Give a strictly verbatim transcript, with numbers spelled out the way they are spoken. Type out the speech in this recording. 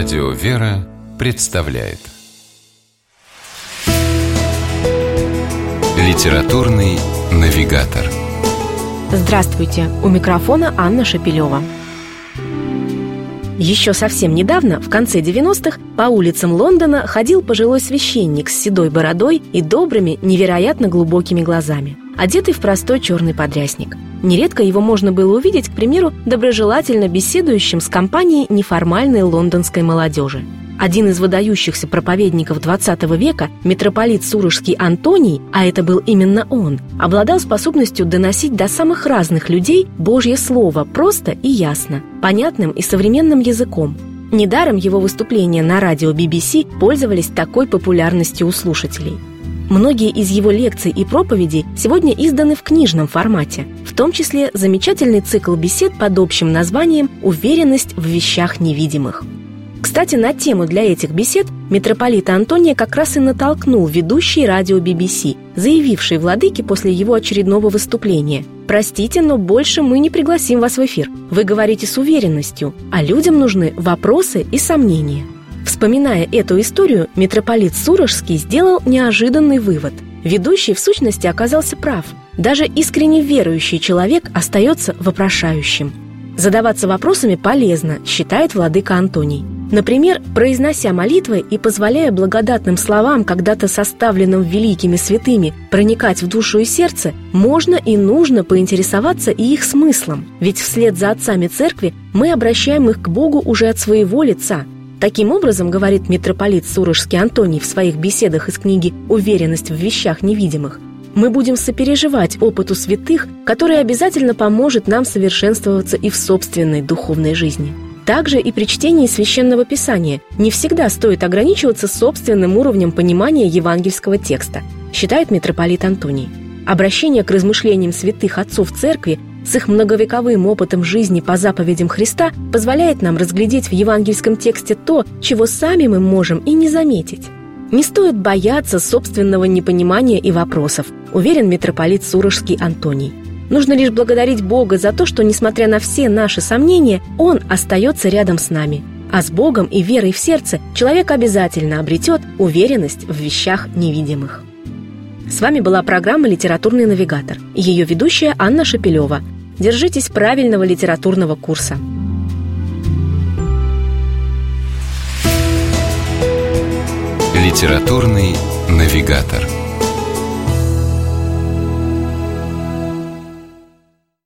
Радио «Вера» представляет Литературный навигатор. Здравствуйте! У микрофона Анна Шапилева. Еще совсем недавно, в конце девяностых, по улицам Лондона ходил пожилой священник с седой бородой и добрыми, невероятно глубокими глазами, одетый в простой черный подрясник. Нередко его можно было увидеть, к примеру, доброжелательно беседующим с компанией неформальной лондонской молодежи. Один из выдающихся проповедников двадцатого века, митрополит Сурожский Антоний, а это был именно он, обладал способностью доносить до самых разных людей Божье Слово просто и ясно, понятным и современным языком. Недаром его выступления на радио би би си пользовались такой популярностью у слушателей. Многие из его лекций и проповедей сегодня изданы в книжном формате, в том числе замечательный цикл бесед под общим названием «Уверенность в вещах невидимых». Кстати, на тему для этих бесед митрополита Антония как раз и натолкнул ведущий радио би би си, заявивший владыке после его очередного выступления: «Простите, но больше мы не пригласим вас в эфир. Вы говорите с уверенностью, а людям нужны вопросы и сомнения». Вспоминая эту историю, митрополит Сурожский сделал неожиданный вывод. Ведущий в сущности оказался прав. Даже искренне верующий человек остается вопрошающим. Задаваться вопросами полезно, считает владыка Антоний. Например, произнося молитвы и позволяя благодатным словам, когда-то составленным великими святыми, проникать в душу и сердце, можно и нужно поинтересоваться и их смыслом. Ведь вслед за отцами церкви мы обращаем их к Богу уже от своего лица. Таким образом, говорит митрополит Сурожский Антоний в своих беседах из книги «Уверенность в вещах невидимых», мы будем сопереживать опыту святых, который обязательно поможет нам совершенствоваться и в собственной духовной жизни. Также и при чтении Священного Писания не всегда стоит ограничиваться собственным уровнем понимания евангельского текста, считает митрополит Антоний. Обращение к размышлениям святых отцов церкви с их многовековым опытом жизни по заповедям Христа позволяет нам разглядеть в евангельском тексте то, чего сами мы можем и не заметить. Не стоит бояться собственного непонимания и вопросов, уверен митрополит Сурожский Антоний. Нужно лишь благодарить Бога за то, что, несмотря на все наши сомнения, Он остается рядом с нами. А с Богом и верой в сердце человек обязательно обретет уверенность в вещах невидимых. С вами была программа «Литературный навигатор» и ее ведущая Анна Шапилева. Держитесь правильного литературного курса. Литературный навигатор.